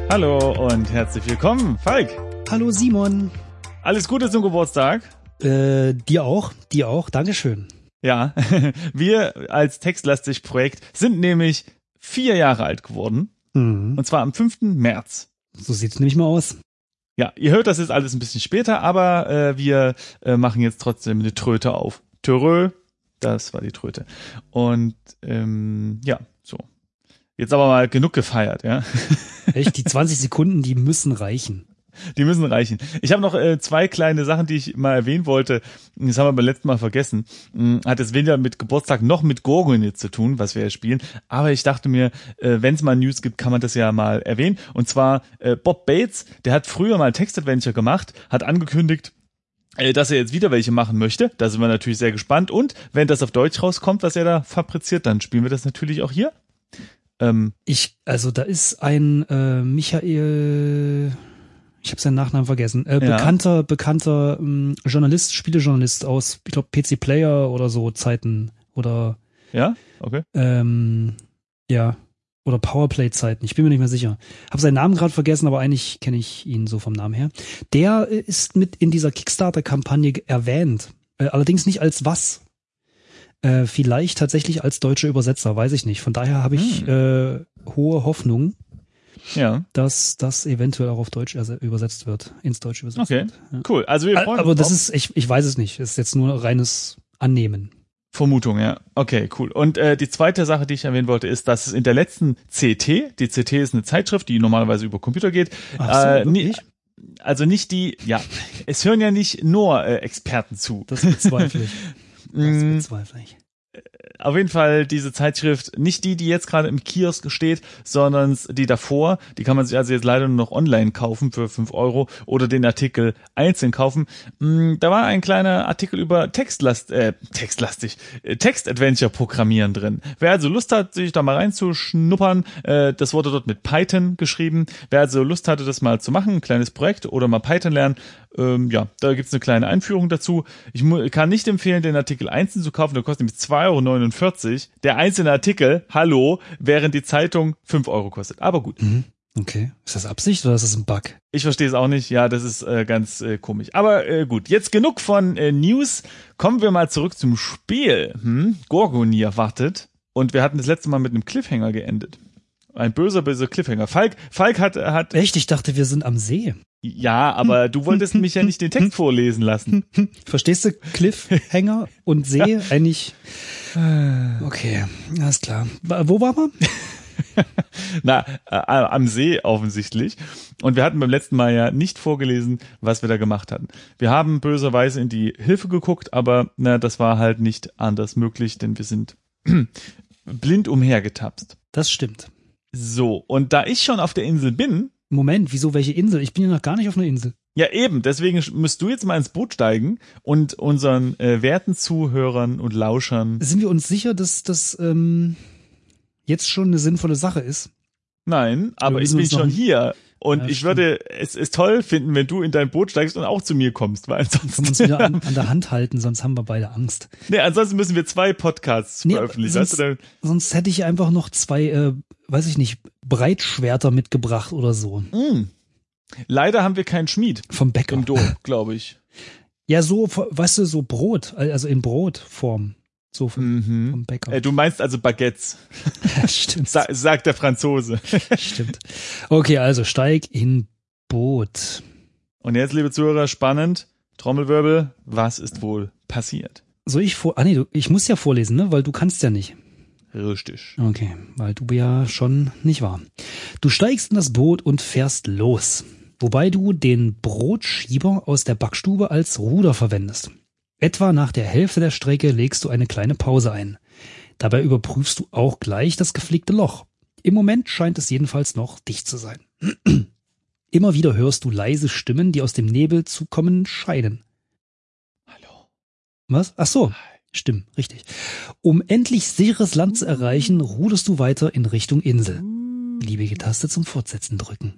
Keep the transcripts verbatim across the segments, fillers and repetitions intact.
Hallo und herzlich willkommen, Falk. Hallo Simon. Alles Gute zum Geburtstag. Äh, dir auch, dir auch, Dankeschön. Ja, wir als Textlastig-Projekt sind nämlich vier Jahre alt geworden. Mhm. Und zwar am fünften März. So sieht's nämlich mal aus. Ja, ihr hört das jetzt alles ein bisschen später, aber äh, wir äh, machen jetzt trotzdem eine Tröte auf. Törö, das war die Tröte. Und ähm, ja, so. Jetzt aber mal genug gefeiert, ja. Echt, die zwanzig Sekunden, die müssen reichen. Die müssen reichen. Ich habe noch äh, zwei kleine Sachen, die ich mal erwähnen wollte. Das haben wir beim letzten Mal vergessen. Hm, hat es weder mit Geburtstag noch mit Gorgonit zu tun, was wir ja spielen. Aber ich dachte mir, äh, wenn es mal News gibt, kann man das ja mal erwähnen. Und zwar äh, Bob Bates, der hat früher mal Text-Adventure gemacht, hat angekündigt, äh, dass er jetzt wieder welche machen möchte. Da sind wir natürlich sehr gespannt. Und wenn das auf Deutsch rauskommt, was er da fabriziert, dann spielen wir das natürlich auch hier. Ähm, ich, also da ist ein äh, Michael... Ich habe seinen Nachnamen vergessen. Äh, Ja. Bekannter, bekannter ähm, Journalist, Spielejournalist aus, ich glaube, P C Player oder so Zeiten oder ja, okay. ähm, ja, oder Powerplay-Zeiten. Ich bin mir nicht mehr sicher. Habe seinen Namen gerade vergessen, aber eigentlich kenne ich ihn so vom Namen her. Der äh, ist mit in dieser Kickstarter-Kampagne erwähnt. Äh, allerdings nicht als was. Äh, vielleicht tatsächlich als deutscher Übersetzer, weiß ich nicht. Von daher habe ich Hm. äh, hohe Hoffnung, Ja, dass das eventuell auch auf Deutsch erse- übersetzt wird, ins Deutsche übersetzt okay, wird. Ja. cool. Also wir freuen Aber uns das drauf. ist, ich, ich weiß es nicht. Das ist jetzt nur reines Annehmen. Vermutung, ja. Okay, cool. Und äh, die zweite Sache, die ich erwähnen wollte, ist, dass es in der letzten C T, die C T ist eine Zeitschrift, die normalerweise über Computer geht. Ach so, äh, nie, wirklich? also nicht die, ja, es hören ja nicht nur äh, Experten zu. Das bezweifle ich. Das Mm, bezweifle ich. Auf jeden Fall diese Zeitschrift, nicht die, die jetzt gerade im Kiosk steht, sondern die davor, die kann man sich also jetzt leider nur noch online kaufen für fünf Euro oder den Artikel einzeln kaufen. Mm, Da war ein kleiner Artikel über Textlast, äh, textlastig, äh, Text-Adventure-Programmieren drin. Wer also Lust hat, sich da mal reinzuschnuppern, äh, das wurde dort mit Python geschrieben. Wer also Lust hatte, das mal zu machen, ein kleines Projekt oder mal Python lernen, ähm, ja, da gibt's eine kleine Einführung dazu. Ich mu- kann nicht empfehlen, den Artikel einzeln zu kaufen, der kostet nämlich zwei Euro neunundvierzig. Der einzelne Artikel, hallo, während die Zeitung fünf Euro kostet. Aber gut. Mhm. Okay. Ist das Absicht oder ist das ein Bug? Ich verstehe es auch nicht. Ja, das ist äh, ganz äh, komisch. Aber äh, gut, jetzt genug von äh, News. Kommen wir mal zurück zum Spiel. Hm? Gorgonir wartet. Und wir hatten das letzte Mal mit einem Cliffhanger geendet. Ein böser, böser Cliffhanger. Falk, Falk hat, hat, Echt? Ich dachte, wir sind am See. ja, aber du wolltest mich ja nicht den Text vorlesen lassen. Verstehst du? Cliffhanger und See eigentlich. Okay, alles klar. Wo waren wir? Na, äh, am See offensichtlich. Und wir hatten beim letzten Mal ja nicht vorgelesen, was wir da gemacht hatten. Wir haben böserweise in die Hilfe geguckt, aber na, das war halt nicht anders möglich, denn wir sind blind umhergetapst. Das stimmt. So, und da ich schon auf der Insel bin, Moment, wieso welche Insel? Ich bin ja noch gar nicht auf einer Insel. ja eben, deswegen müsst du jetzt mal ins Boot steigen und unseren äh, werten Zuhörern und Lauschern, Sind wir uns sicher, dass das ähm, jetzt schon eine sinnvolle Sache ist? nein, aber Wir ich müssen bin uns noch- schon hier. Und Ja, ich stimmt. würde es ist toll finden, wenn du in dein Boot steigst und auch zu mir kommst, weil Können wir uns ansonsten, wieder an, an der Hand halten, sonst haben wir beide Angst. nee, ansonsten müssen wir zwei Podcasts Nee, aber veröffentlichen. sonst- Weißt du, dann, Sonst hätte ich einfach noch zwei, äh, weiß ich nicht, Breitschwerter mitgebracht oder so. mh. Leider haben wir keinen Schmied Vom Bäcker. im Dom, glaube ich. Ja, so, weißt du, so Brot, also in Brotform. So vom, Mhm. vom Bäcker. Äh, du meinst also Baguettes, Stimmt. sa sagt der Franzose. Stimmt. Okay, also steig in Boot. Und jetzt, liebe Zuhörer, spannend, Trommelwirbel, was ist wohl passiert? Soll ich vor, ah nee, du, ich muss ja vorlesen, ne, weil du kannst ja nicht. Richtig. Okay, weil du ja schon nicht wahr. Du steigst in das Boot und fährst los, wobei du den Brotschieber aus der Backstube als Ruder verwendest. Etwa nach der Hälfte der Strecke legst du eine kleine Pause ein. Dabei überprüfst du auch gleich das geflickte Loch. Im Moment scheint es jedenfalls noch dicht zu sein. Immer wieder hörst du leise Stimmen, die aus dem Nebel zu kommen scheinen. Hallo. Was? Ach so. Stimmt, richtig. Um endlich sicheres Land zu erreichen, ruderst du weiter in Richtung Insel. Beliebige Taste zum Fortsetzen drücken.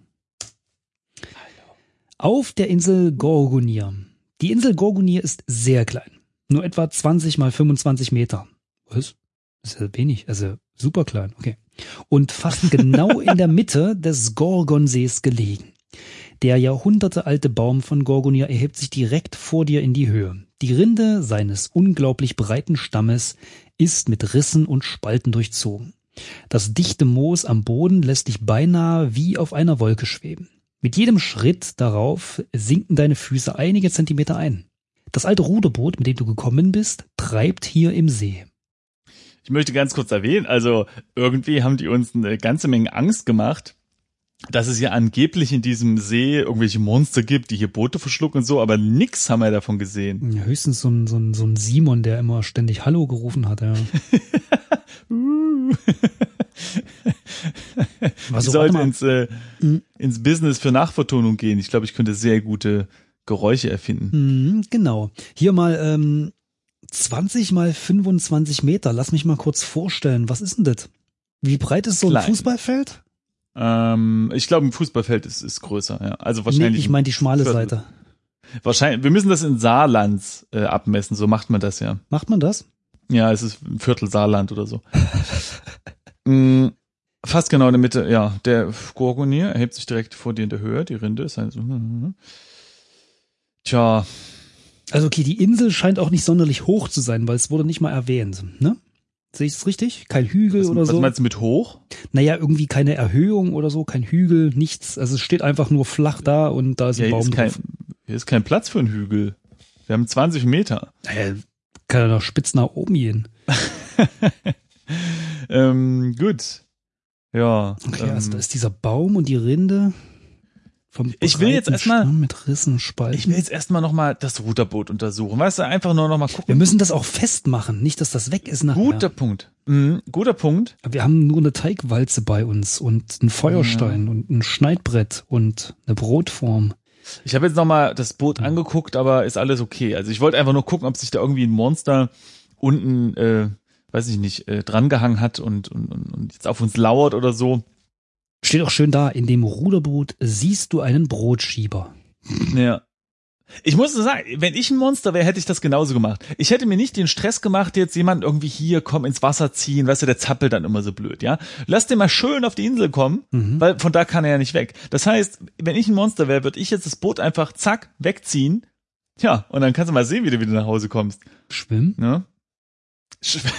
Hallo. Auf der Insel Gorgonir. Die Insel Gorgonir ist sehr klein. Nur etwa zwanzig mal fünfundzwanzig Meter. Was? Das ist ja wenig, also super klein, okay. und fast genau in der Mitte des Gorgonsees gelegen. Der jahrhundertealte Baum von Gorgonir erhebt sich direkt vor dir in die Höhe. Die Rinde seines unglaublich breiten Stammes ist mit Rissen und Spalten durchzogen. Das dichte Moos am Boden lässt dich beinahe wie auf einer Wolke schweben. Mit jedem Schritt darauf sinken deine Füße einige Zentimeter ein. Das alte Ruderboot, mit dem du gekommen bist, treibt hier im See. Ich möchte ganz kurz erwähnen, also irgendwie haben die uns eine ganze Menge Angst gemacht, dass es ja angeblich in diesem See irgendwelche Monster gibt, die hier Boote verschlucken und so, aber nix haben wir davon gesehen. Ja, höchstens so ein, so, ein, so ein Simon, der immer ständig Hallo gerufen hat. Ja. Was ich sollte ins, äh, mhm. ins Business für Nachvertonung gehen. Ich glaube, ich könnte sehr gute Geräusche erfinden. Mhm, genau. Hier mal ähm, zwanzig mal fünfundzwanzig Meter. Lass mich mal kurz vorstellen. Was ist denn das? Wie breit ist so ein Klein. Fußballfeld? Ähm, ich glaube, ein Fußballfeld ist, ist größer. Ja. Also wahrscheinlich. Nee, ich meine die schmale Viertel. Seite. Wahrscheinlich. Wir müssen das in Saarlands äh, abmessen. So macht man das ja. Macht man das? Ja, es ist ein Viertel Saarland oder so. mm, fast genau in der Mitte. Ja, der Gorgonir erhebt sich direkt vor dir in der Höhe. Die Rinde ist halt so. Tja. Also okay, die Insel scheint auch nicht sonderlich hoch zu sein, weil es wurde nicht mal erwähnt, ne? Sehe ich es richtig? Kein Hügel was, oder so? Was meinst du mit hoch? Naja, irgendwie keine Erhöhung oder so, kein Hügel, nichts. Also es steht einfach nur flach da und da ist ja, ein Baum hier ist kein, drauf. Hier ist kein Platz für einen Hügel. Wir haben zwanzig Meter. Naja, kann ja noch spitz nach oben gehen. ähm, gut. Ja. Okay, ähm, also da ist dieser Baum und die Rinde. Vom ich will jetzt erstmal mit Rissen, Spalten. Ich will jetzt erstmal noch mal das Ruderboot untersuchen. Weißt du, einfach nur noch mal gucken. Wir müssen das auch festmachen, nicht, dass das weg ist nachher. Guter Punkt. Mhm, guter Punkt. Wir haben nur eine Teigwalze bei uns und einen Feuerstein ja. und ein Schneidbrett und eine Brotform. Ich habe jetzt noch mal das Boot angeguckt, aber ist alles okay. Also ich wollte einfach nur gucken, ob sich da irgendwie ein Monster unten, äh, weiß ich nicht, äh, drangehangen hat und, und, und jetzt auf uns lauert oder so. Steht auch schön da, in dem Ruderboot siehst du einen Brotschieber. Ja. Ich muss sagen, wenn ich ein Monster wäre, hätte ich das genauso gemacht. Ich hätte mir nicht den Stress gemacht, jetzt jemanden irgendwie hier, komm, ins Wasser ziehen, weißt du, der zappelt dann immer so blöd, ja. Lass den mal schön auf die Insel kommen, mhm. weil von da kann er ja nicht weg. Das heißt, wenn ich ein Monster wäre, würde ich jetzt das Boot einfach zack, wegziehen. Ja, und dann kannst du mal sehen, wie du wieder nach Hause kommst. Schwimmen? Ja. Schw-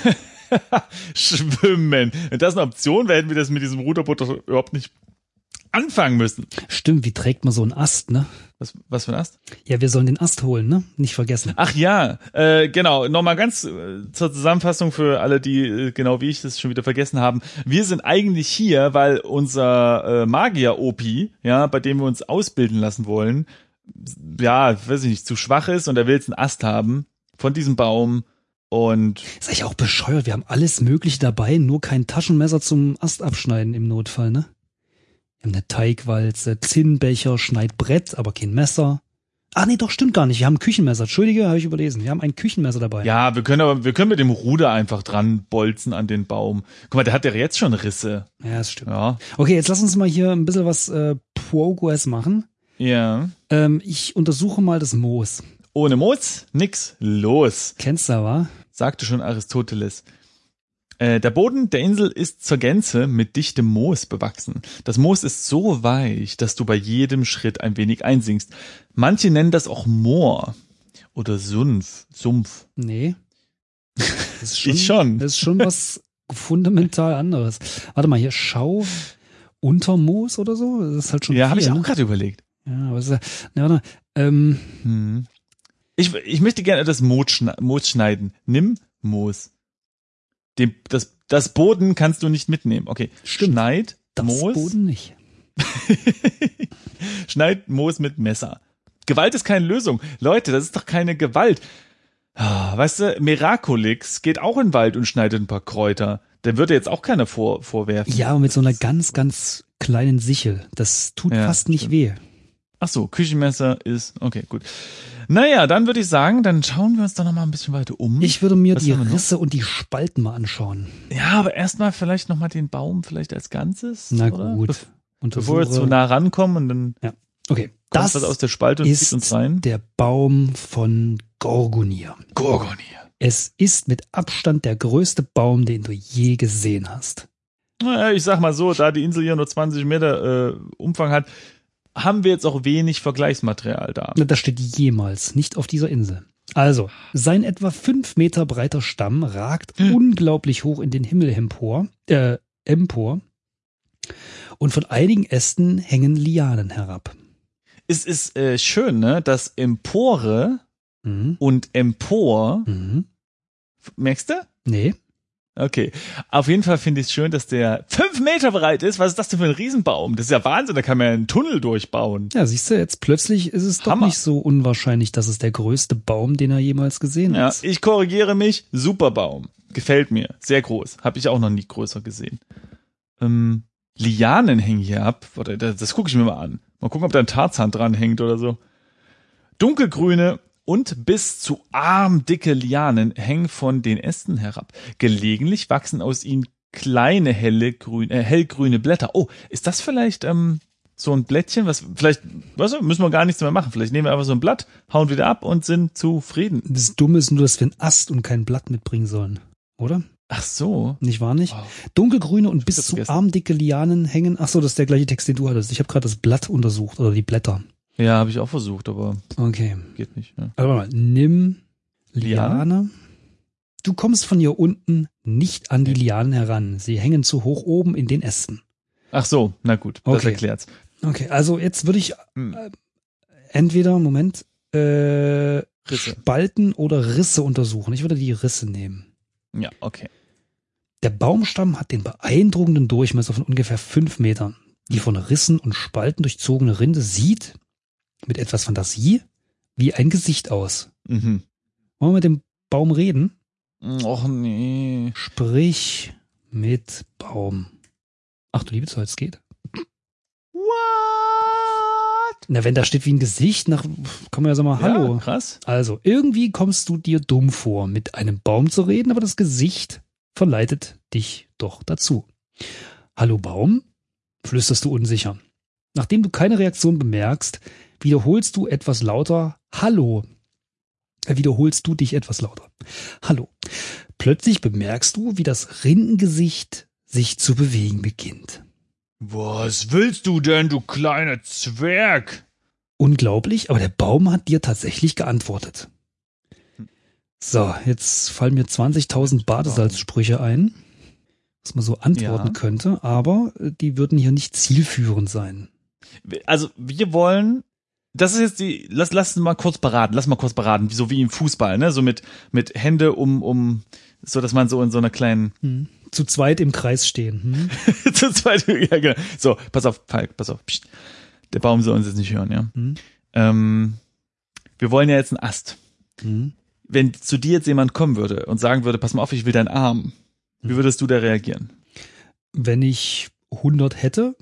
Schwimmen. Wenn das eine Option wäre, hätten wir das mit diesem Ruderboot doch überhaupt nicht anfangen müssen. Stimmt, wie trägt man so einen Ast, ne? Was, was für ein Ast? Ja, wir sollen den Ast holen, ne? Nicht vergessen. Ach ja, äh, genau. Nochmal ganz äh, zur Zusammenfassung für alle, die äh, genau wie ich das schon wieder vergessen haben. Wir sind eigentlich hier, weil unser äh, Magier-Opi, ja, bei dem wir uns ausbilden lassen wollen, ja, weiß ich nicht, zu schwach ist und er will jetzt einen Ast haben von diesem Baum. Und ist eigentlich auch bescheuert, wir haben alles Mögliche dabei, nur kein Taschenmesser zum Ast abschneiden im Notfall, ne? Wir haben eine Teigwalze, Zinnbecher, Schneidbrett, aber kein Messer. Ah nee, doch, stimmt gar nicht, wir haben ein Küchenmesser. Entschuldige, habe ich überlesen. Wir haben ein Küchenmesser dabei. Ja, wir können aber, wir können mit dem Ruder einfach dran bolzen an den Baum. Guck mal, der hat ja jetzt schon Risse. Ja, das stimmt. Ja. Okay, jetzt lass uns mal hier ein bisschen was äh, Progress machen. Ja. Ähm, ich untersuche mal das Moos. Ohne Moos, nix los. Kennst du, wa? Sagte schon Aristoteles. Äh, der Boden der Insel ist zur Gänze mit dichtem Moos bewachsen. Das Moos ist so weich, dass du bei jedem Schritt ein wenig einsinkst. Manche nennen das auch Moor oder Sumpf. Sumpf. Nee. Das ist schon, ich schon. Das ist schon was fundamental anderes. Warte mal, hier Schau unter Moos oder so. Das ist halt schon. Ja, habe ich ne? auch gerade überlegt. Ja, aber es ist, ne, warte, ähm, hm. Ich, ich möchte gerne das Moos, schne- Moos schneiden. Nimm Moos. Dem, das, das Boden kannst du nicht mitnehmen. Okay, stimmt. Schneid das Moos. Boden nicht. Schneid Moos mit Messer. Gewalt ist keine Lösung. Leute, das ist doch keine Gewalt. Weißt du, Miraculix geht auch in den Wald und schneidet ein paar Kräuter. Der würde jetzt auch keiner vor, vorwerfen. Ja, aber mit so einer ganz, ganz kleinen Sichel. Das tut ja, fast nicht stimmt. weh. Ach so, Küchenmesser ist, okay, gut. Naja, dann würde ich sagen, dann schauen wir uns doch noch mal ein bisschen weiter um. Ich würde mir Was die haben wir noch? Risse und die Spalten mal anschauen. Ja, aber erstmal vielleicht noch mal den Baum vielleicht als Ganzes. Na oder? gut. Be- Bevor wir zu nah rankommen und dann ja. Okay. kommt Das was aus der Spalte und ist zieht uns rein. der Baum von Gorgonir. Gorgonir. Es ist mit Abstand der größte Baum, den du je gesehen hast. Naja, ich sag mal so, da die Insel hier nur zwanzig Meter äh, Umfang hat, haben wir jetzt auch wenig Vergleichsmaterial da. Das steht jemals nicht auf dieser Insel. Also, sein etwa fünf Meter breiter Stamm ragt hm. unglaublich hoch in den Himmel empor, äh, empor. Und von einigen Ästen hängen Lianen herab. Es ist äh, schön, ne, dass Empore mhm. und Empor, mhm. merkst du? Nee. Okay, auf jeden Fall finde ich es schön, dass der fünf Meter breit ist. Was ist das denn für ein Riesenbaum? Das ist ja Wahnsinn, da kann man ja einen Tunnel durchbauen. Ja, siehst du, jetzt plötzlich ist es doch Hammer. Nicht so unwahrscheinlich, dass es der größte Baum, den er jemals gesehen ja, hat. Ich korrigiere mich, super Baum. Gefällt mir, sehr groß. Habe ich auch noch nie größer gesehen. Ähm, Lianen hängen hier ab. Warte, das, das gucke ich mir mal an. Mal gucken, ob da ein Tarzan dran hängt oder so. Dunkelgrüne und bis zu armdicke Lianen hängen von den Ästen herab. Gelegentlich wachsen aus ihnen kleine helle grün, äh, hellgrüne Blätter. Oh, ist das vielleicht ähm, so ein Blättchen, was vielleicht, weißt du, müssen wir gar nichts mehr machen. Vielleicht nehmen wir einfach so ein Blatt, hauen wieder ab und sind zufrieden. Das Dumme ist nur, dass wir einen Ast und kein Blatt mitbringen sollen, oder? Ach so. Nicht wahr nicht? Oh. Dunkelgrüne und bis zu armdicke Lianen hängen. Ach so, das ist der gleiche Text, den du hattest. Ich habe gerade das Blatt untersucht oder die Blätter. Ja, habe ich auch versucht, aber okay. Geht nicht. Ja. Also mal, nimm Liane. Liane. Du kommst von hier unten nicht an die Lianen heran. Sie hängen zu hoch oben in den Ästen. Ach so, na gut, das okay. erklärt's. Okay, also jetzt würde ich hm. äh, entweder, Moment, äh, Spalten oder Risse untersuchen. Ich würde die Risse nehmen. Ja, okay. Der Baumstamm hat den beeindruckenden Durchmesser von ungefähr fünf Metern. Die von Rissen und Spalten durchzogene Rinde sieht mit etwas Fantasie wie ein Gesicht aus. Mhm. Wollen wir mit dem Baum reden? Och nee. Sprich mit Baum. Ach du liebe Zeit, es geht. What? Na, wenn da steht wie ein Gesicht, nach, kann man ja sagen mal, hallo. Ja, krass. Also, irgendwie kommst du dir dumm vor, mit einem Baum zu reden, aber das Gesicht verleitet dich doch dazu. Hallo Baum? Flüsterst du unsicher. Nachdem du keine Reaktion bemerkst, wiederholst du etwas lauter Hallo. Äh, wiederholst du dich etwas lauter. Hallo. Plötzlich bemerkst du, wie das Rindengesicht sich zu bewegen beginnt. Was willst du denn, du kleiner Zwerg? Unglaublich, aber der Baum hat dir tatsächlich geantwortet. So, jetzt fallen mir zwanzigtausend Badesalzsprüche ein, was man so antworten ja. könnte, aber die würden hier nicht zielführend sein. Also wir wollen, das ist jetzt die, lass, lass mal kurz beraten, lass mal kurz beraten, so wie im Fußball, ne, so mit, mit Hände um, um, so dass man so in so einer kleinen... Hm. Zu zweit im Kreis stehen. Hm? Zu zweit, ja genau. So, pass auf, Falk, pass auf. Psst. Der Baum soll uns jetzt nicht hören, ja. Hm. Ähm, wir wollen ja jetzt einen Ast. Hm. Wenn zu dir jetzt jemand kommen würde und sagen würde, pass mal auf, ich will deinen Arm, wie würdest du da reagieren? Wenn ich hundert hätte,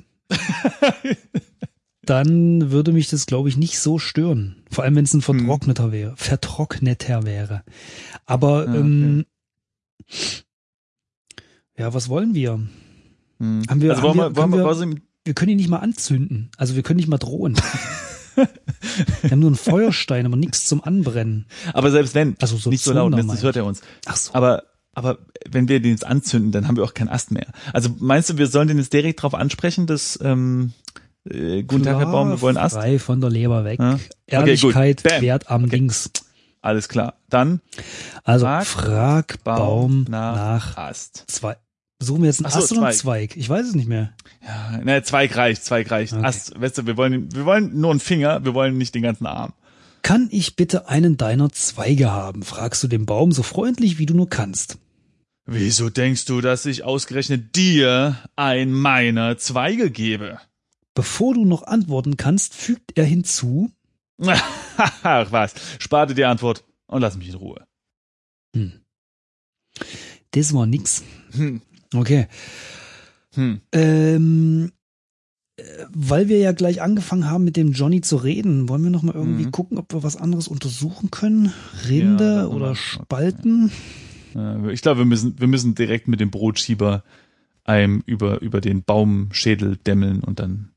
dann würde mich das, glaube ich, nicht so stören. Vor allem, wenn es ein vertrockneter hm. wäre, vertrockneter wäre. Aber ja, ähm, ja. ja, was wollen wir? Hm. Haben wir, also haben wollen wir, wir, wir, wir, wir können ihn nicht mal anzünden. Also wir können nicht mal drohen. Wir haben nur einen Feuerstein, aber nichts zum Anbrennen. Aber selbst wenn, also so nicht so laut, das, das hört er uns. Ach so. Aber, aber wenn wir den jetzt anzünden, dann haben wir auch keinen Ast mehr. Also meinst du, wir sollen den jetzt direkt drauf ansprechen, dass ähm, äh, guten Tag, Herr Baum, wir wollen Ast? Frei von der Leber weg. Ja? Ehrlichkeit okay, wert am okay. Links. Alles klar. Dann also frag, frag Baum, Baum nach, nach Ast. Zwei. Suchen wir jetzt einen Ach so, Ast oder einen Zweig. Zweig? Ich weiß es nicht mehr. Ja, ne, Zweig reicht, Zweig reicht. Okay. Ast, weißt du, wir wollen, wir wollen nur einen Finger, wir wollen nicht den ganzen Arm. Kann ich bitte einen deiner Zweige haben? Fragst du den Baum so freundlich, wie du nur kannst. Wieso denkst du, dass ich ausgerechnet dir ein meiner Zweige gebe? Bevor du noch antworten kannst, fügt er hinzu. Ach was, sparte die Antwort und lass mich in Ruhe. Hm. Das war nix. Hm. Okay. Hm. Ähm, weil wir ja gleich angefangen haben, mit dem Johnny zu reden, wollen wir noch mal irgendwie mhm. gucken, ob wir was anderes untersuchen können? Rinde ja, oder Spalten? Okay. Ich glaube, wir müssen, wir müssen direkt mit dem Brotschieber einem über, über den Baumschädel dämmeln und dann.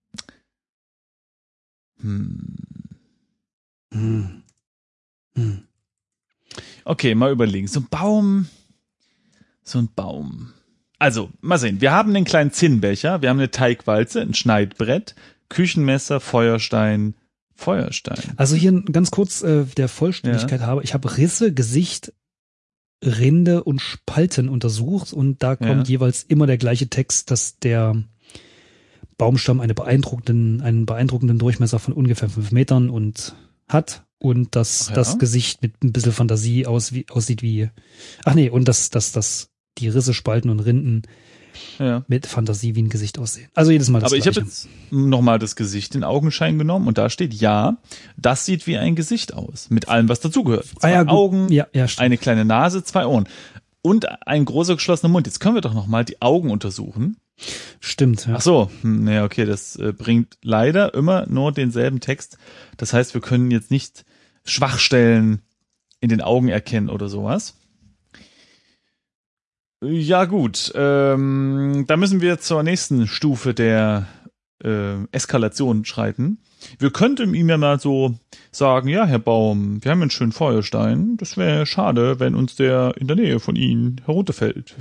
Hm. Hm. Hm. Okay, mal überlegen. So ein Baum. So ein Baum. Also, mal sehen. Wir haben einen kleinen Zinnbecher, wir haben eine Teigwalze, ein Schneidbrett, Küchenmesser, Feuerstein, Feuerstein. Also hier ganz kurz äh, der Vollständigkeit ja. habe. Ich habe Risse, Gesicht, Rinde und Spalten untersucht und da kommt ja. jeweils immer der gleiche Text, dass der Baumstamm eine beeindruckenden, einen beeindruckenden Durchmesser von ungefähr fünf Metern und hat und dass ja. das Gesicht mit ein bisschen Fantasie aus, wie, aussieht wie, ach nee, und dass, dass, dass die Risse, Spalten und Rinden ja. mit Fantasie wie ein Gesicht aussehen. Also jedes Mal das Aber Gleiche. ich habe jetzt nochmal das Gesicht in Augenschein genommen und da steht, ja, das sieht wie ein Gesicht aus. Mit allem, was dazugehört. Zwei ah, ja, Augen, ja, ja, eine kleine Nase, zwei Ohren und ein großer geschlossener Mund. Jetzt können wir doch nochmal die Augen untersuchen. Stimmt, ja. Ach so, hm, naja, okay, das äh, bringt leider immer nur denselben Text. Das heißt, wir können jetzt nicht Schwachstellen in den Augen erkennen oder sowas. Ja gut, ähm, da müssen wir zur nächsten Stufe der äh, Eskalation schreiten. Wir könnten ihm ja mal so sagen, ja, Herr Baum, wir haben einen schönen Feuerstein. Das wäre schade, wenn uns der in der Nähe von Ihnen herunterfällt.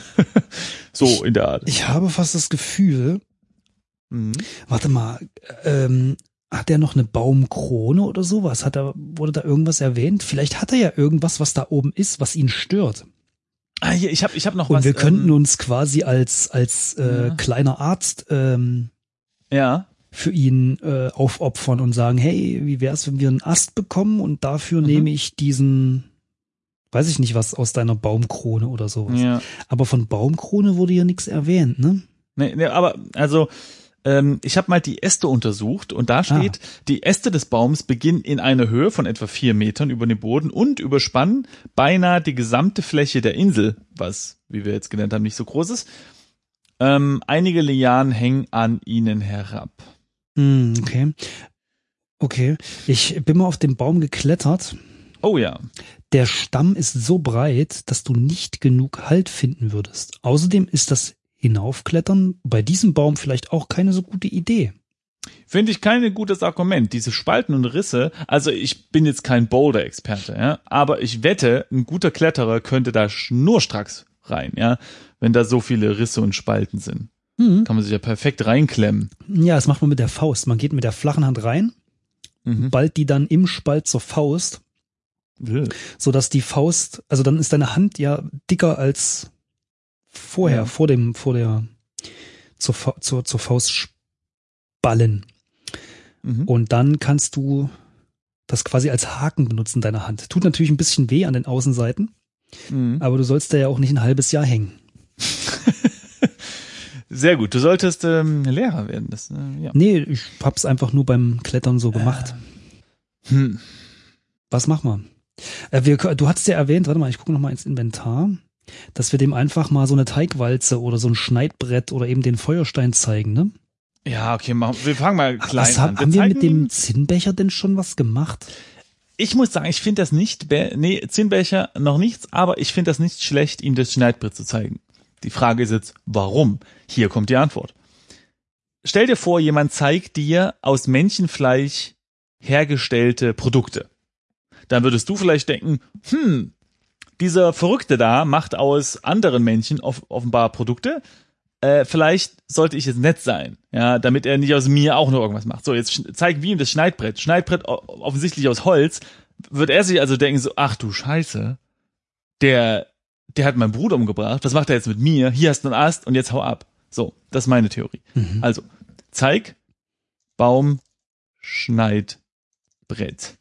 So ich, in der Art. Ich habe fast das Gefühl, mhm. warte mal, ähm, hat er noch eine Baumkrone oder sowas? Hat er, wurde da irgendwas erwähnt? Vielleicht hat er ja irgendwas, was da oben ist, was ihn stört. Ah, hier, ich habe ich hab noch Und was. Und wir könnten ähm, uns quasi als als äh, ja. kleiner Arzt ähm, ja. für ihn äh, aufopfern und sagen, hey, wie wär's, wenn wir einen Ast bekommen und dafür mhm. nehme ich diesen, weiß ich nicht was, aus deiner Baumkrone oder sowas. Ja. Aber von Baumkrone wurde ja nichts erwähnt, ne? Nee, nee, aber also ähm, ich habe mal die Äste untersucht und da steht, ah. die Äste des Baums beginnen in einer Höhe von etwa vier Metern über dem Boden und überspannen beinahe die gesamte Fläche der Insel, was, wie wir jetzt gelernt haben, nicht so groß ist. Ähm, einige Lianen hängen an ihnen herab. Mm, okay. Okay. Ich bin mal auf den Baum geklettert. Oh ja. Der Stamm ist so breit, dass du nicht genug Halt finden würdest. Außerdem ist das Hinaufklettern bei diesem Baum vielleicht auch keine so gute Idee. Finde ich kein gutes Argument. Diese Spalten und Risse, also ich bin jetzt kein Boulder-Experte, ja, aber ich wette, ein guter Kletterer könnte da schnurstracks rein, ja, wenn da so viele Risse und Spalten sind. Mhm. Kann man sich ja perfekt reinklemmen. Ja, das macht man mit der Faust. Man geht mit der flachen Hand rein, mhm. ballt die dann im Spalt zur Faust, mhm. sodass die Faust, also dann ist deine Hand ja dicker als vorher, ja. vor dem, vor der, zur, zur, zur Faust ballen. Mhm. Und dann kannst du das quasi als Haken benutzen, deine Hand. Tut natürlich ein bisschen weh an den Außenseiten, mhm. aber du sollst da ja auch nicht ein halbes Jahr hängen. Sehr gut. Du solltest ähm, Lehrer werden. Das, äh, ja. Nee, ich hab's einfach nur beim Klettern so gemacht. Äh, hm. Was machen wir? Äh, wir? Du hattest ja erwähnt, warte mal, ich gucke noch mal ins Inventar, dass wir dem einfach mal so eine Teigwalze oder so ein Schneidbrett oder eben den Feuerstein zeigen, ne? Ja, okay, machen, wir fangen mal klein was haben, an. Wir haben wir mit dem Zinnbecher denn schon was gemacht? Ich muss sagen, ich finde das nicht, nee, Zinnbecher noch nichts, aber ich finde das nicht schlecht, ihm das Schneidbrett zu zeigen. Die Frage ist jetzt, warum? Hier kommt die Antwort. Stell dir vor, jemand zeigt dir aus Menschenfleisch hergestellte Produkte. Dann würdest du vielleicht denken, hm, dieser Verrückte da macht aus anderen Menschen off- offenbar Produkte. Äh, vielleicht sollte ich jetzt nett sein, ja, damit er nicht aus mir auch noch irgendwas macht. So, jetzt sch- zeigen wir ihm das Schneidbrett. Schneidbrett o- offensichtlich aus Holz. Wird er sich also denken so, ach du Scheiße, der, der hat meinen Bruder umgebracht. Was macht er jetzt mit mir? Hier hast du einen Ast und jetzt hau ab. So, das ist meine Theorie. Mhm. Also, zeig, Baum, Schneidbrett.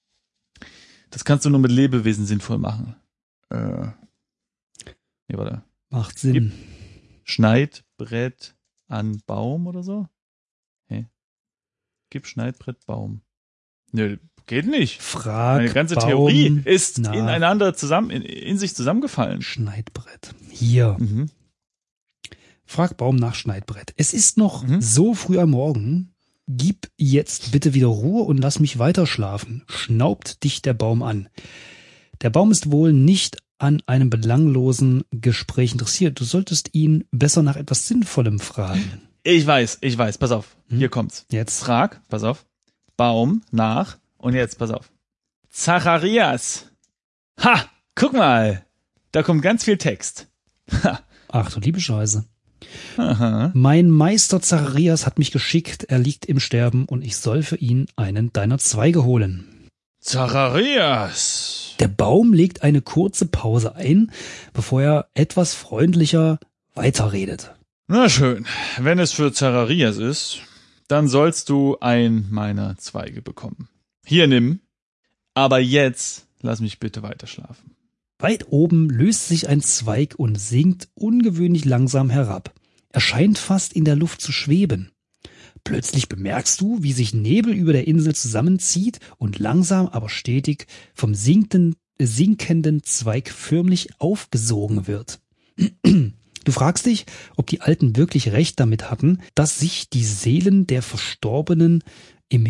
Das kannst du nur mit Lebewesen sinnvoll machen. Äh, nee, warte. Macht Sinn. Gib Schneidbrett an Baum oder so? Hey. Gib Schneidbrett Baum. Nö, geht nicht. Frag Meine ganze Baum Theorie ist nach ineinander zusammen, in, in sich zusammengefallen. Schneidbrett. Hier. Mhm. Frag Baum nach Schneidbrett. Es ist noch Mhm. so früh am Morgen. Gib jetzt bitte wieder Ruhe und lass mich weiter schlafen. Schnaubt dich der Baum an. Der Baum ist wohl nicht an einem belanglosen Gespräch interessiert. Du solltest ihn besser nach etwas Sinnvollem fragen. Ich weiß, ich weiß, pass auf. Hm? Hier kommt's. Jetzt. Frag, pass auf. Baum nach und jetzt, pass auf. Zacharias. Ha, guck mal. Da kommt ganz viel Text. Ha. Ach du liebe Scheiße. Aha. Mein Meister Zacharias hat mich geschickt, er liegt im Sterben und ich soll für ihn einen deiner Zweige holen. Zacharias. Der Baum legt eine kurze Pause ein, bevor er etwas freundlicher weiterredet. Na schön, wenn es für Zacharias ist, dann sollst du ein meiner Zweige bekommen. Hier nimm, aber jetzt lass mich bitte weiter schlafen. Weit oben löst sich ein Zweig und sinkt ungewöhnlich langsam herab. Er scheint fast in der Luft zu schweben. Plötzlich bemerkst du, wie sich Nebel über der Insel zusammenzieht und langsam, aber stetig vom sinkenden, sinkenden Zweig förmlich aufgesogen wird. Du fragst dich, ob die Alten wirklich recht damit hatten, dass sich die Seelen der Verstorbenen im,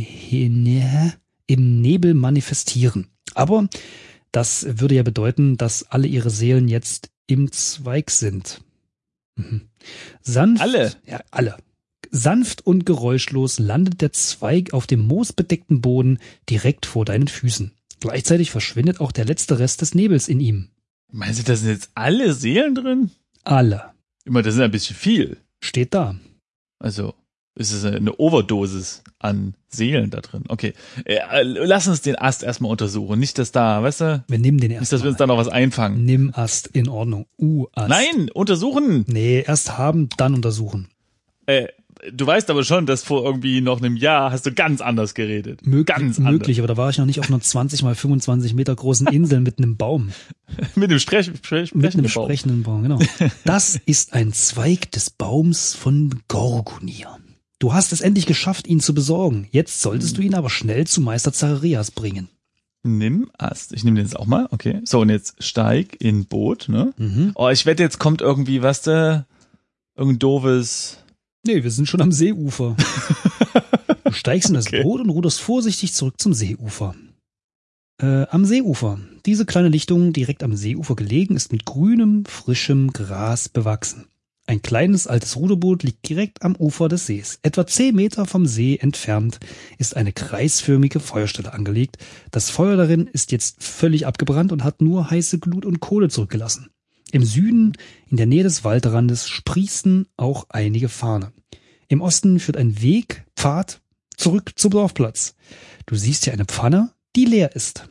im Nebel manifestieren. Aber das würde ja bedeuten, dass alle ihre Seelen jetzt im Zweig sind. Mhm. Sanft, Alle? Ja, alle. Sanft und geräuschlos landet der Zweig auf dem moosbedeckten Boden direkt vor deinen Füßen. Gleichzeitig verschwindet auch der letzte Rest des Nebels in ihm. Meinst du, da sind jetzt alle Seelen drin? Alle. Immer, das ist ein bisschen viel. Steht da. Also, ist es eine Overdosis an Seelen da drin. Okay, äh, lass uns den Ast erstmal untersuchen. Nicht, dass da, weißt du? Wir nehmen den erst Nicht, dass wir uns da noch was einfangen. Nimm Ast, in Ordnung. U-Ast. Nein, untersuchen! Nee, erst haben, dann untersuchen. Äh, du weißt aber schon, dass vor irgendwie noch einem Jahr hast du ganz anders geredet. Mög ganz möglich, aber da war ich noch nicht auf einer zwanzig mal fünfundzwanzig Meter großen Insel mit einem Baum. Mit einem Sprech Sprech Mit einem Baum. sprechenden Baum, genau. Das ist ein Zweig des Baums von Gorgonir. Du hast es endlich geschafft, ihn zu besorgen. Jetzt solltest du ihn aber schnell zu Meister Zacharias bringen. Nimm Ast. Ich nehme den jetzt auch mal, okay. So, und jetzt steig in Boot, ne? Mhm. Oh, ich wette, jetzt kommt irgendwie, was da, irgendein doofes... Nee, wir sind schon am Seeufer. Du steigst in das Okay. Boot und ruderst vorsichtig zurück zum Seeufer. Äh, am Seeufer. Diese kleine Lichtung, direkt am Seeufer gelegen, ist mit grünem, frischem Gras bewachsen. Ein kleines, altes Ruderboot liegt direkt am Ufer des Sees. Etwa zehn Meter vom See entfernt ist eine kreisförmige Feuerstelle angelegt. Das Feuer darin ist jetzt völlig abgebrannt und hat nur heiße Glut und Kohle zurückgelassen. Im Süden, in der Nähe des Waldrandes, sprießen auch einige Farne. Im Osten führt ein Weg, Pfad, zurück zum Dorfplatz. Du siehst hier eine Pfanne, die leer ist.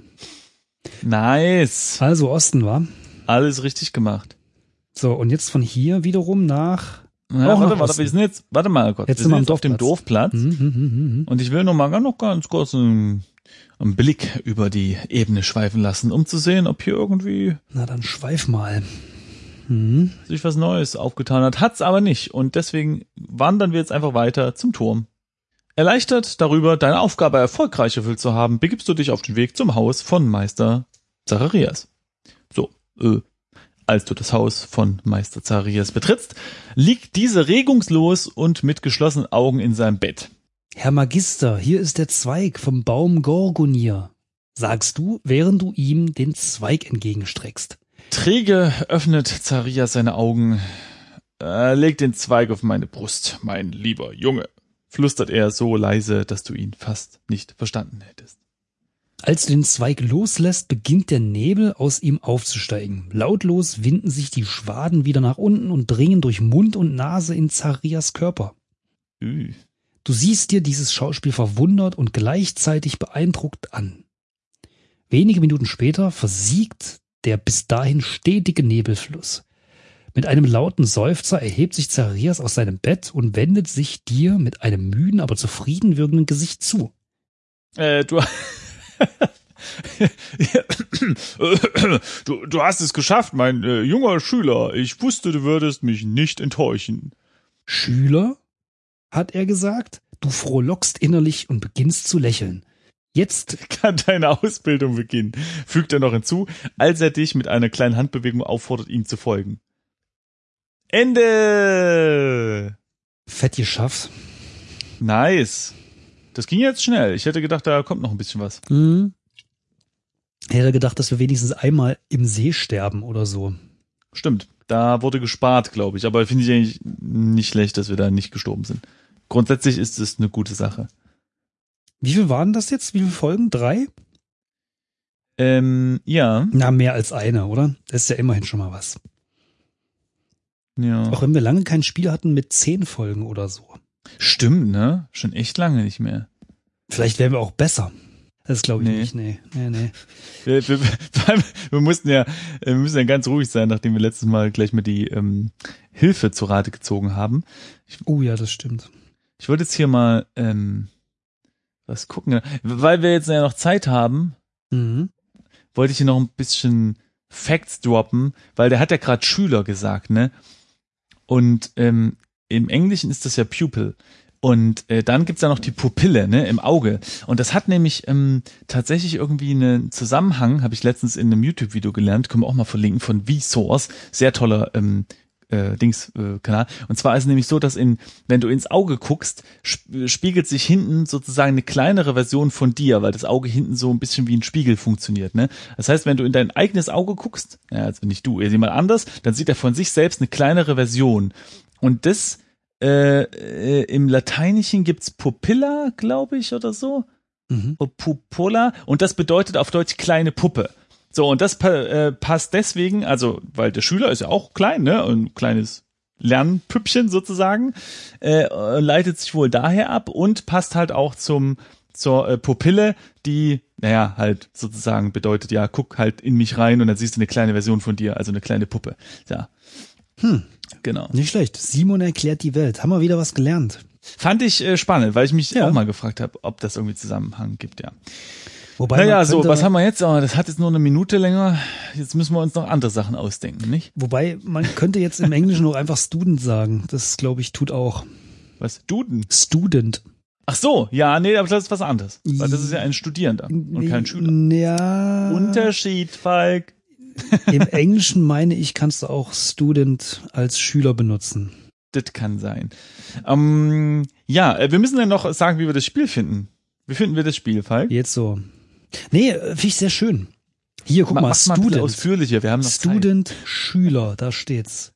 Nice. Also Osten, war. Alles richtig gemacht. So, und jetzt von hier wiederum nach... Ja, Auch warte, nach warte, Osten. wir sind jetzt, warte mal kurz. Jetzt wir sind wir am jetzt auf dem Dorfplatz. Dorfplatz. Hm, hm, hm, hm. Und ich will noch mal ganz, noch ganz kurz einen, einen Blick über die Ebene schweifen lassen, um zu sehen, ob hier irgendwie Na, dann schweif mal. Hm. sich was Neues aufgetan hat. Hat's aber nicht. Und deswegen wandern wir jetzt einfach weiter zum Turm. Erleichtert darüber, deine Aufgabe erfolgreich erfüllt zu haben, begibst du dich auf den Weg zum Haus von Meister Zacharias. So, äh, als du das Haus von Meister Zacharias betrittst, liegt dieser regungslos und mit geschlossenen Augen in seinem Bett. Herr Magister, hier ist der Zweig vom Baum Gorgonir, sagst du, während du ihm den Zweig entgegenstreckst. Träge öffnet Zacharias seine Augen. Er legt den Zweig auf meine Brust, mein lieber Junge, flüstert er so leise, dass du ihn fast nicht verstanden hättest. Als du den Zweig loslässt, beginnt der Nebel aus ihm aufzusteigen. Lautlos winden sich die Schwaden wieder nach unten und dringen durch Mund und Nase in Zacharias Körper. Üh. Du siehst dir dieses Schauspiel verwundert und gleichzeitig beeindruckt an. Wenige Minuten später versiegt der bis dahin stetige Nebelfluss. Mit einem lauten Seufzer erhebt sich Zacharias aus seinem Bett und wendet sich dir mit einem müden, aber zufrieden wirkenden Gesicht zu. Äh, du... du, du hast es geschafft, mein äh, junger Schüler. Ich wusste, du würdest mich nicht enttäuschen. Schüler? Hat er gesagt. Du frohlockst innerlich und beginnst zu lächeln. Jetzt Kann deine Ausbildung beginnen, fügt er noch hinzu, als er dich mit einer kleinen Handbewegung auffordert, ihm zu folgen. Ende! fett geschafft. Nice. Das ging jetzt schnell. Ich hätte gedacht, da kommt noch ein bisschen was. Mhm. Ich hätte gedacht, dass wir wenigstens einmal im See sterben oder so. Stimmt. Da wurde gespart, glaube ich. Aber finde ich eigentlich nicht schlecht, dass wir da nicht gestorben sind. Grundsätzlich ist es eine gute Sache. Wie viel waren das jetzt? Wie viele Folgen? Drei? Ähm, ja. Na, mehr als eine, oder? Das ist ja immerhin schon mal was. Ja. Auch wenn wir lange kein Spiel hatten mit zehn Folgen oder so. Stimmt, ne? Schon echt lange nicht mehr. Vielleicht wären wir auch besser. Das glaube ich Nee. nicht, nee, nee, nee. Wir, wir, wir mussten ja, wir müssen ja ganz ruhig sein, nachdem wir letztes Mal gleich mal die ähm, Hilfe zu Rate gezogen haben. Ich, Oh ja, das stimmt. ich wollte jetzt hier mal ähm, was gucken, weil wir jetzt ja noch Zeit haben, Mhm. wollte ich hier noch ein bisschen Facts droppen, weil der hat ja gerade Schüler gesagt, ne? Und ähm, im Englischen ist das ja Pupil. Und äh, dann gibt's ja noch die Pupille, ne, im Auge. Und das hat nämlich ähm, tatsächlich irgendwie einen Zusammenhang, habe ich letztens in einem YouTube-Video gelernt, können wir auch mal verlinken, von Vsauce, sehr toller ähm, äh, Dings äh, Kanal. Und zwar ist es nämlich so, dass in, wenn du ins Auge guckst, sp- spiegelt sich hinten sozusagen eine kleinere Version von dir, weil das Auge hinten so ein bisschen wie ein Spiegel funktioniert, ne? Das heißt, wenn du in dein eigenes Auge guckst, ja, also nicht du, jemand anders, dann sieht er von sich selbst eine kleinere Version. Und das Äh, äh, im Lateinischen gibt's Pupilla, glaube ich, oder so. Mhm. Pupola. Und das bedeutet auf Deutsch kleine Puppe. So, und das pa äh, passt deswegen, also, weil der Schüler ist ja auch klein, ne? Ein kleines Lernpüppchen sozusagen. Äh, leitet sich wohl daher ab und passt halt auch zum zur äh, Pupille, die, naja, halt sozusagen bedeutet, ja, guck halt in mich rein und dann siehst du eine kleine Version von dir, also eine kleine Puppe. Ja. Hm. Genau. Nicht schlecht. Simon erklärt die Welt. Haben wir wieder was gelernt. Fand ich äh, spannend, weil ich mich Ja. auch mal gefragt habe, ob das irgendwie Zusammenhang gibt, ja. Wobei Naja, man so, könnte, was haben wir jetzt? Oh, das hat jetzt nur eine Minute länger. Jetzt müssen wir uns noch andere Sachen ausdenken, nicht? Wobei man könnte jetzt im Englischen auch einfach Student sagen. Das, glaube ich, tut auch. Was? Duden? Student. Ach so, ja, nee, aber das ist was anderes. Weil das ist ja ein Studierender und kein Schüler. Ja. Unterschied, Falk. Im Englischen meine ich, kannst du auch Student als Schüler benutzen. Das kann sein. Ähm, ja, äh, wir müssen dann noch sagen, wie wir das Spiel finden. Wie finden wir das Spiel, Falk? Jetzt so. Nee, finde ich sehr schön. Hier, guck Ma- mal, mach's mal ein bisschen Student. ausführlicher, wir haben noch Zeit. Student, Schüler, da steht's.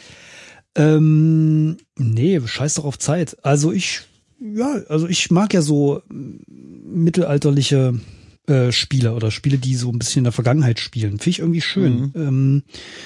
Ähm, nee, scheiß doch auf Zeit. Also ich, ja, also ich mag ja so mm, mittelalterliche äh, Spiele oder Spiele, die so ein bisschen in der Vergangenheit spielen. Finde ich irgendwie schön. Mhm. Ähm,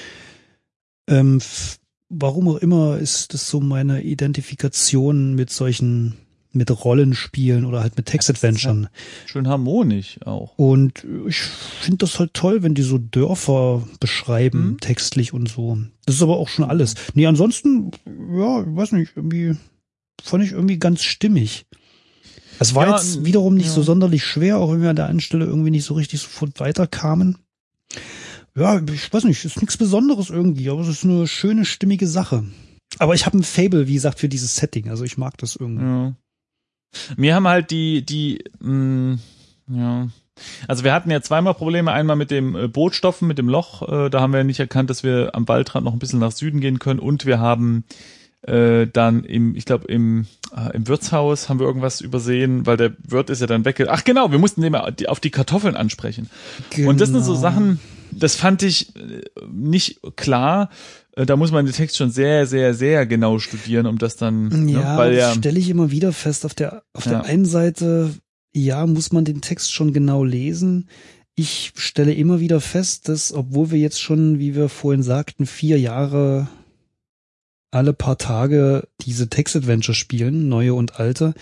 ähm, f- warum auch immer ist das so meine Identifikation mit solchen, mit Rollenspielen oder halt mit Text-Adventuren. Schön harmonisch auch. Und ich finde das halt toll, wenn die so Dörfer beschreiben, Mhm. textlich und so. Das ist aber auch schon alles. Nee, ansonsten, ja, ich weiß nicht, irgendwie fand ich irgendwie ganz stimmig. Es war Ja, jetzt wiederum nicht ja. so sonderlich schwer, auch wenn wir an der einen Stelle irgendwie nicht so richtig sofort weiterkamen. Ja, ich weiß nicht, ist nichts Besonderes irgendwie, aber es ist eine schöne, stimmige Sache. Aber ich habe ein Faible, wie gesagt, für dieses Setting. Also ich mag das irgendwie. Ja. Mir haben halt die, die, mh, ja. Also wir hatten ja zweimal Probleme. Einmal mit dem äh, Bootstoffen, mit dem Loch. Äh, da haben wir ja nicht erkannt, dass wir am Waldrand noch ein bisschen nach Süden gehen können. Und wir haben äh, dann im, ich glaube, im, äh, im Wirtshaus haben wir irgendwas übersehen, weil der Wirt ist ja dann weg. Ach genau, wir mussten den mal die- auf die Kartoffeln ansprechen. Und das sind so Genau. Sachen, das fand ich äh, nicht klar. Äh, Da muss man den Text schon sehr, sehr, sehr genau studieren, um das dann, Ja, ne, weil ja, das stelle ich immer wieder fest. Auf der, auf Ja. der einen Seite, ja, muss man den Text schon genau lesen. Ich stelle immer wieder fest, dass, obwohl wir jetzt schon, wie wir vorhin sagten, vier Jahre alle paar Tage diese Text-Adventure spielen, neue und alte,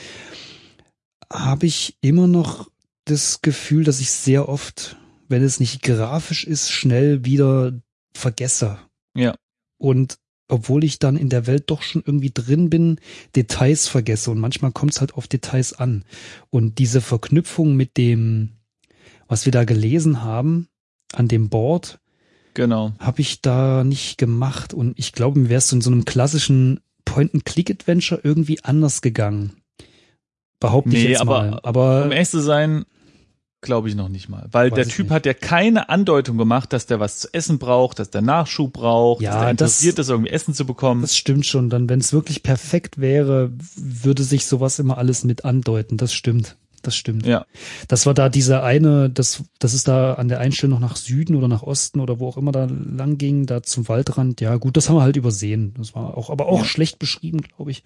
habe ich immer noch das Gefühl, dass ich sehr oft, wenn es nicht grafisch ist, schnell wieder vergesse. ja, Und obwohl ich dann in der Welt doch schon irgendwie drin bin, Details vergesse. Und manchmal kommt es halt auf Details an. Und diese Verknüpfung mit dem, was wir da gelesen haben, an dem Board, genau. habe ich da nicht gemacht. Und ich glaube, mir wäre es so in so einem klassischen Point-and-Click-Adventure irgendwie anders gegangen. Behaupte ich Nee, jetzt aber mal. Aber Um ehrlich zu sein, glaube ich noch nicht mal. Weil Weiß der ich Typ nicht. hat ja keine Andeutung gemacht, dass der was zu essen braucht, dass der Nachschub braucht, Ja, dass der interessiert das- ist, irgendwie Essen zu bekommen. das stimmt schon. Dann, wenn es wirklich perfekt wäre, würde sich sowas immer alles mit andeuten. Das stimmt. Das stimmt. Ja, Das war da diese eine, das, das ist da an der einen Stelle noch nach Süden oder nach Osten oder wo auch immer da lang ging, da zum Waldrand. Ja, gut, das haben wir halt übersehen. Das war auch, aber auch Ja. schlecht beschrieben, glaube ich.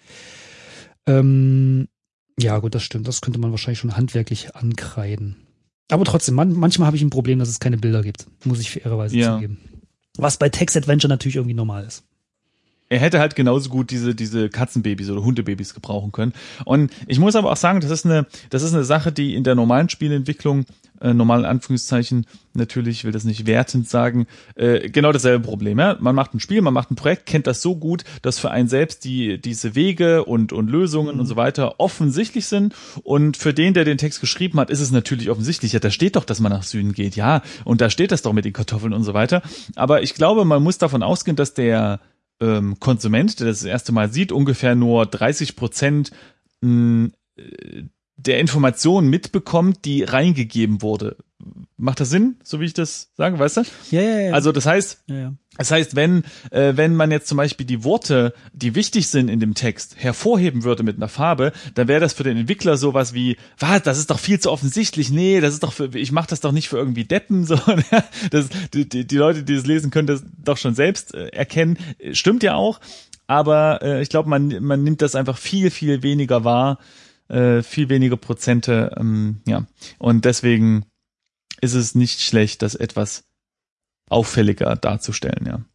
Ähm, ja, gut, das stimmt. Das könnte man wahrscheinlich schon handwerklich ankreiden. Aber trotzdem, man, manchmal habe ich ein Problem, dass es keine Bilder gibt. Muss ich fairerweise Ja. zugeben. Was bei Text-Adventure natürlich irgendwie normal ist. er hätte halt genauso gut diese diese Katzenbabys oder Hundebabys gebrauchen können. Und ich muss aber auch sagen, das ist eine das ist eine Sache, die in der normalen Spielentwicklung, äh, normalen Anführungszeichen, natürlich, ich will das nicht wertend sagen, äh, genau dasselbe Problem. Ja? Man macht ein Spiel, man macht ein Projekt, kennt das so gut, dass für einen selbst die diese Wege und und Lösungen mhm. und so weiter offensichtlich sind. Und für den, der den Text geschrieben hat, ist es natürlich offensichtlich. Ja, da steht doch, dass man nach Süden geht. Ja, und da steht das doch mit den Kartoffeln und so weiter. Aber ich glaube, man muss davon ausgehen, dass der ähm, Konsument, der das, das erste Mal sieht, ungefähr nur dreißig Prozent mh, der Informationen mitbekommt, die reingegeben wurde. Macht das Sinn, so wie ich das sage, weißt du? Ja, ja, ja. Also das heißt, ja, ja. das heißt, wenn äh, wenn man jetzt zum Beispiel die Worte, die wichtig sind in dem Text, hervorheben würde mit einer Farbe, dann wäre das für den Entwickler sowas wie, was, das ist doch viel zu offensichtlich, nee, das ist doch für, ich mache das doch nicht für irgendwie Deppen, so, das, die, die, die Leute, die das lesen, können das doch schon selbst äh, erkennen. Stimmt ja auch, aber äh, ich glaube, man man nimmt das einfach viel, viel weniger wahr, äh, viel weniger Prozente, ähm, ja, und deswegen ist es nicht schlecht, das etwas auffälliger darzustellen, ja.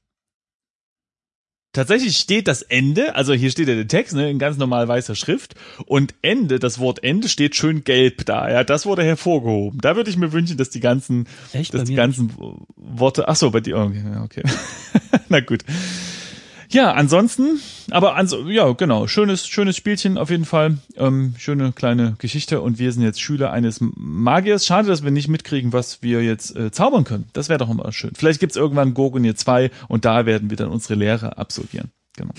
Tatsächlich steht das Ende, also hier steht ja der Text, ne, in ganz normal weißer Schrift, und Ende, das Wort Ende steht schön gelb da, ja, das wurde hervorgehoben. Da würde ich mir wünschen, dass die ganzen, Echt? dass die ganzen nicht? Worte, ach so, bei dir, okay, okay. Na gut. Ja, ansonsten, aber also, ja, genau, schönes, schönes Spielchen auf jeden Fall, ähm, schöne kleine Geschichte, und wir sind jetzt Schüler eines Magiers. Schade, dass wir nicht mitkriegen, was wir jetzt äh, zaubern können. Das wäre doch immer schön. Vielleicht gibt's irgendwann Gurgunir zwei und da werden wir dann unsere Lehre absolvieren. Genau.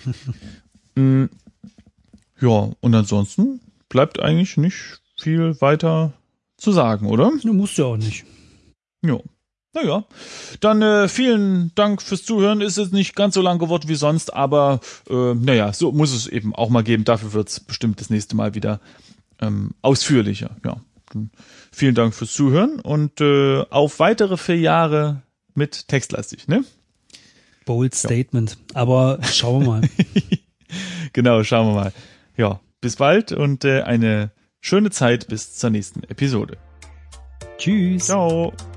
mm, ja, und ansonsten bleibt eigentlich nicht viel weiter zu sagen, oder? Du musst ja auch nicht. Ja. Naja, dann äh, vielen Dank fürs Zuhören. Ist jetzt nicht ganz so lang geworden wie sonst, aber äh, naja, so muss es eben auch mal geben. Dafür wird's bestimmt das nächste Mal wieder ähm, ausführlicher. Ja, dann vielen Dank fürs Zuhören und äh, auf weitere vier Jahre mit Textlastig, ne? Bold Statement, ja. Aber schauen wir mal. Genau, schauen wir mal. Ja, bis bald und äh, eine schöne Zeit bis zur nächsten Episode. Tschüss. Ciao.